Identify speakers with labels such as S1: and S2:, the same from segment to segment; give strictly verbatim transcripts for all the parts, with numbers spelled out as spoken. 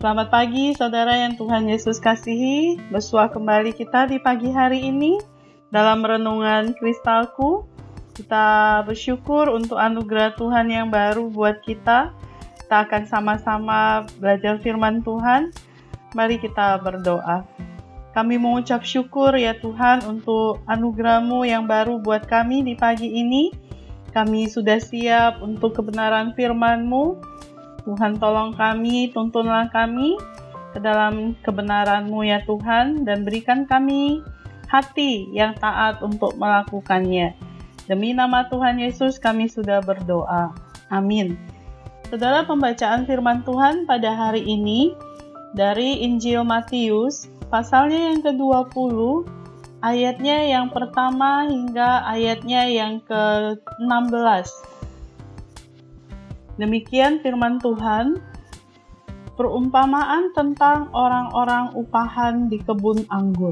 S1: Selamat pagi saudara yang Tuhan Yesus kasihi. Bersua kembali kita di pagi hari ini dalam renungan kristalku. Kita bersyukur untuk anugerah Tuhan yang baru buat kita. Kita akan sama-sama belajar firman Tuhan. Mari kita berdoa. Kami mengucap syukur ya Tuhan untuk anugerah-Mu yang baru buat kami di pagi ini. Kami sudah siap untuk kebenaran firman-Mu. Tuhan tolong kami, tuntunlah kami ke dalam kebenaran-Mu ya Tuhan, dan berikan kami hati yang taat untuk melakukannya. Demi nama Tuhan Yesus kami sudah berdoa. Amin. Saudara, pembacaan firman Tuhan pada hari ini dari Injil Matius, pasalnya yang kedua puluh, ayatnya yang pertama hingga ayatnya yang ke enam belas. Demikian firman Tuhan, perumpamaan tentang orang-orang upahan di kebun anggur.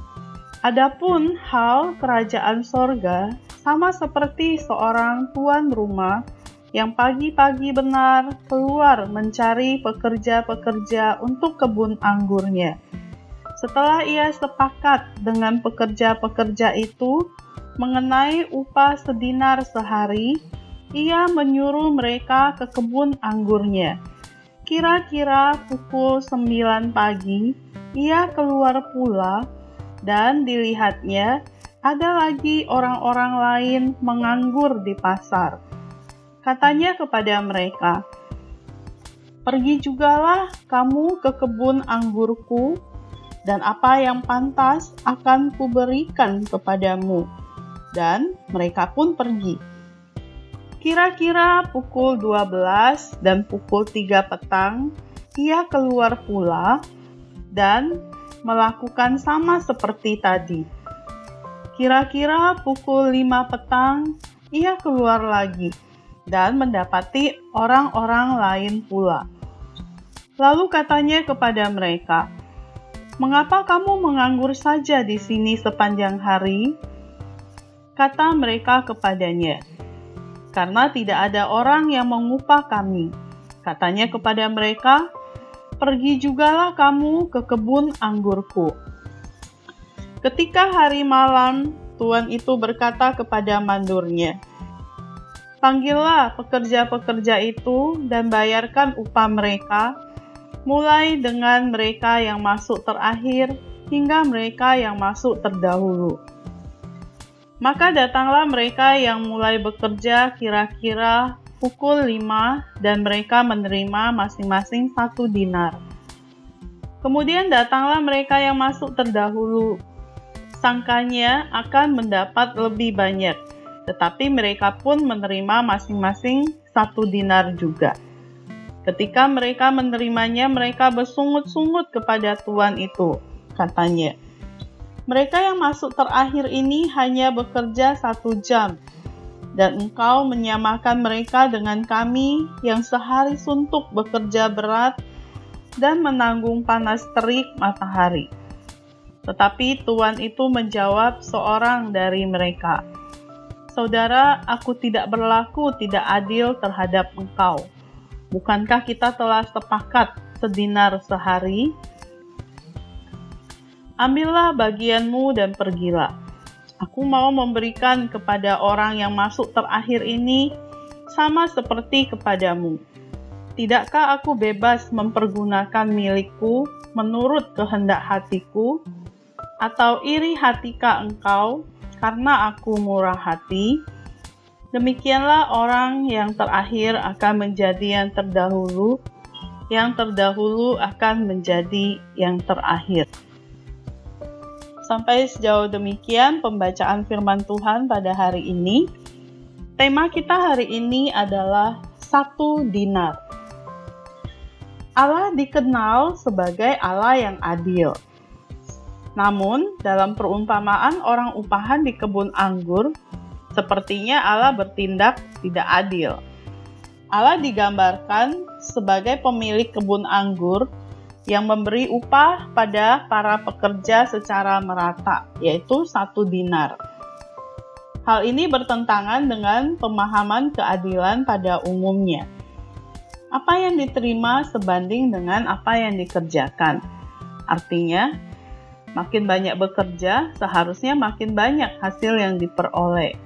S1: Adapun hal kerajaan sorga sama seperti seorang tuan rumah yang pagi-pagi benar keluar mencari pekerja-pekerja untuk kebun anggurnya. Setelah ia sepakat dengan pekerja-pekerja itu mengenai upah sedinar sehari, ia menyuruh mereka ke kebun anggurnya. Kira-kira pukul sembilan pagi, ia keluar pula, dan dilihatnya ada lagi orang-orang lain menganggur di pasar. Katanya kepada mereka, "Pergi jugalah kamu ke kebun anggurku, dan apa yang pantas akan kuberikan kepadamu." Dan mereka pun pergi. Kira-kira pukul dua belas dan pukul tiga petang, ia keluar pula dan melakukan sama seperti tadi. Kira-kira pukul lima petang, ia keluar lagi dan mendapati orang-orang lain pula. Lalu katanya kepada mereka, "Mengapa kamu menganggur saja di sini sepanjang hari?" Kata mereka kepadanya, "Karena tidak ada orang yang mengupah kami." Katanya kepada mereka, "Pergi jugalah kamu ke kebun anggurku." Ketika hari malam, tuan itu berkata kepada mandurnya, "Panggillah pekerja-pekerja itu dan bayarkan upah mereka, mulai dengan mereka yang masuk terakhir hingga mereka yang masuk terdahulu." Maka datanglah mereka yang mulai bekerja kira-kira pukul lima dan mereka menerima masing-masing satu dinar. Kemudian datanglah mereka yang masuk terdahulu. Sangkanya akan mendapat lebih banyak, tetapi mereka pun menerima masing-masing satu dinar juga. Ketika mereka menerimanya, mereka bersungut-sungut kepada tuan itu. Katanya, "Mereka yang masuk terakhir ini hanya bekerja satu jam, dan engkau menyamakan mereka dengan kami yang sehari suntuk bekerja berat dan menanggung panas terik matahari." Tetapi tuan itu menjawab seorang dari mereka, "Saudara, aku tidak berlaku tidak adil terhadap engkau. Bukankah kita telah sepakat sedinar sehari? Ambillah bagianmu dan pergilah. Aku mau memberikan kepada orang yang masuk terakhir ini sama seperti kepadamu. Tidakkah aku bebas mempergunakan milikku menurut kehendak hatiku? Atau iri hatikah engkau karena aku murah hati?" Demikianlah orang yang terakhir akan menjadi yang terdahulu, yang terdahulu akan menjadi yang terakhir. Sampai sejauh demikian pembacaan firman Tuhan pada hari ini. Tema kita hari ini adalah satu dinar. Allah dikenal sebagai Allah yang adil. Namun, dalam perumpamaan orang upahan di kebun anggur, sepertinya Allah bertindak tidak adil. Allah digambarkan sebagai pemilik kebun anggur yang memberi upah pada para pekerja secara merata, yaitu satu dinar. Hal ini bertentangan dengan pemahaman keadilan pada umumnya. apa yang diterima sebanding dengan apa yang dikerjakan. Artinya, makin banyak bekerja, seharusnya makin banyak hasil yang diperoleh.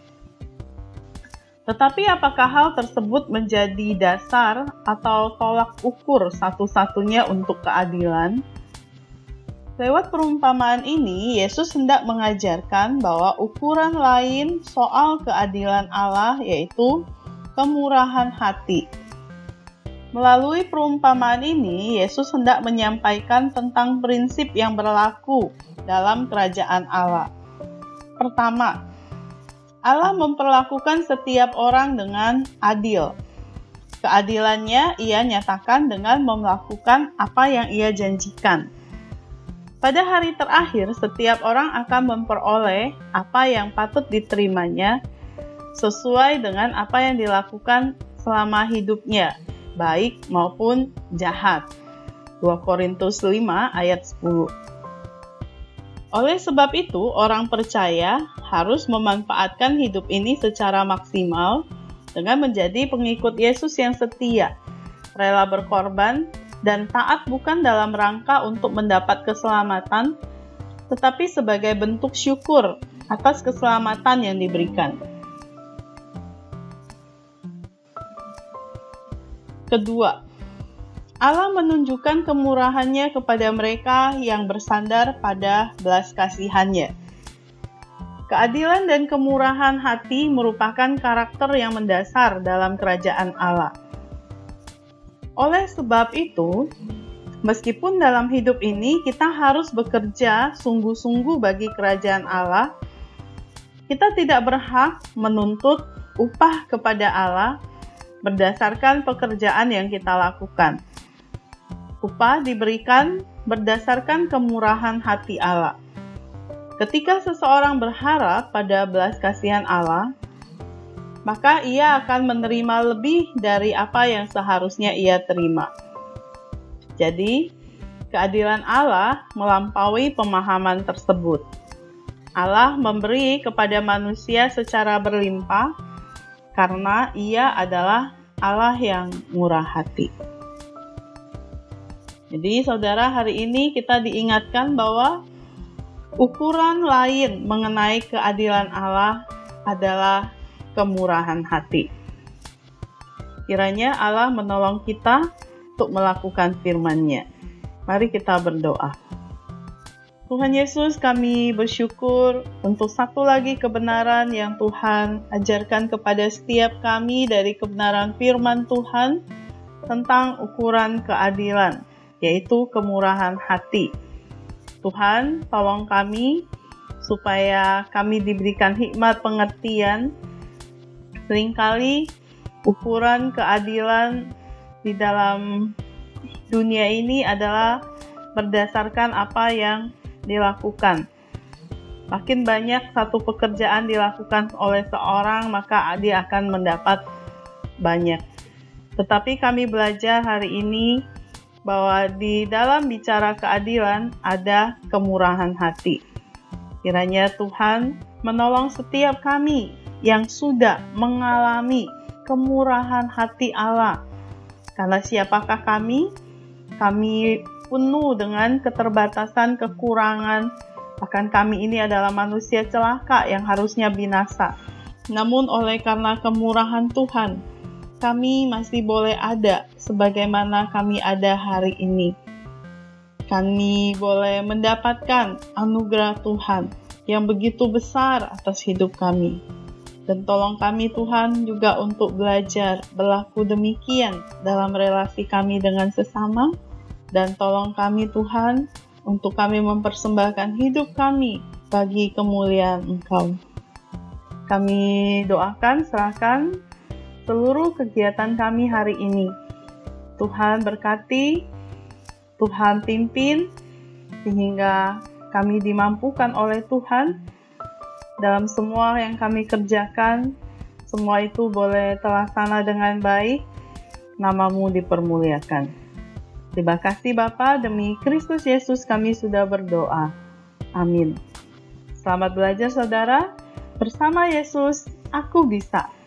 S1: Tetapi apakah hal tersebut menjadi dasar atau tolak ukur satu-satunya untuk keadilan? Lewat perumpamaan ini, Yesus hendak mengajarkan bahwa ukuran lain soal keadilan Allah yaitu kemurahan hati. Melalui perumpamaan ini, Yesus hendak menyampaikan tentang prinsip yang berlaku dalam kerajaan Allah. Pertama, Allah memperlakukan setiap orang dengan adil. Keadilannya ia nyatakan dengan melakukan apa yang ia janjikan. Pada hari terakhir, setiap orang akan memperoleh apa yang patut diterimanya sesuai dengan apa yang dilakukan selama hidupnya, baik maupun jahat. dua Korintus lima ayat sepuluh. Oleh sebab itu, orang percaya harus memanfaatkan hidup ini secara maksimal dengan menjadi pengikut Yesus yang setia, rela berkorban, dan taat bukan dalam rangka untuk mendapat keselamatan, tetapi sebagai bentuk syukur atas keselamatan yang diberikan. Kedua, Allah menunjukkan kemurahannya kepada mereka yang bersandar pada belas kasihannya. Keadilan dan kemurahan hati merupakan karakter yang mendasar dalam kerajaan Allah. Oleh sebab itu, meskipun dalam hidup ini kita harus bekerja sungguh-sungguh bagi kerajaan Allah, kita tidak berhak menuntut upah kepada Allah berdasarkan pekerjaan yang kita lakukan. Upah diberikan berdasarkan kemurahan hati Allah. Ketika seseorang berharap pada belas kasihan Allah, maka ia akan menerima lebih dari apa yang seharusnya ia terima. Jadi, keadilan Allah melampaui pemahaman tersebut. Allah memberi kepada manusia secara berlimpah karena ia adalah Allah yang murah hati. Jadi saudara, hari ini kita diingatkan bahwa ukuran lain mengenai keadilan Allah adalah kemurahan hati. Kiranya Allah menolong kita untuk melakukan firman-Nya. Mari kita berdoa. Tuhan Yesus, kami bersyukur untuk satu lagi kebenaran yang Tuhan ajarkan kepada setiap kami dari kebenaran firman Tuhan tentang ukuran keadilan, yaitu kemurahan hati. Tuhan, tolong kami supaya kami diberikan hikmat pengertian. Seringkali ukuran keadilan di dalam dunia ini adalah berdasarkan apa yang dilakukan. Makin banyak satu pekerjaan dilakukan oleh seorang, maka dia akan mendapat banyak. Tetapi kami belajar hari ini bahwa di dalam bicara keadilan ada kemurahan hati. Kiranya Tuhan menolong setiap kami yang sudah mengalami kemurahan hati Allah. Karena siapakah kami? Kami penuh dengan keterbatasan, kekurangan. Bahkan kami ini adalah manusia celaka yang harusnya binasa. Namun oleh karena kemurahan Tuhan, kami masih boleh ada sebagaimana kami ada hari ini. Kami boleh mendapatkan anugerah Tuhan yang begitu besar atas hidup kami. Dan tolong kami Tuhan juga untuk belajar berlaku demikian dalam relasi kami dengan sesama. Dan tolong kami Tuhan untuk kami mempersembahkan hidup kami bagi kemuliaan Engkau. Kami doakan, serahkan seluruh kegiatan kami hari ini. Tuhan berkati, Tuhan pimpin, sehingga kami dimampukan oleh Tuhan dalam semua yang kami kerjakan. Semua itu boleh terlaksana dengan baik, nama-Mu dipermuliakan. Terima kasih Bapa, demi Kristus Yesus kami sudah berdoa. Amin. Selamat belajar saudara, bersama Yesus aku bisa.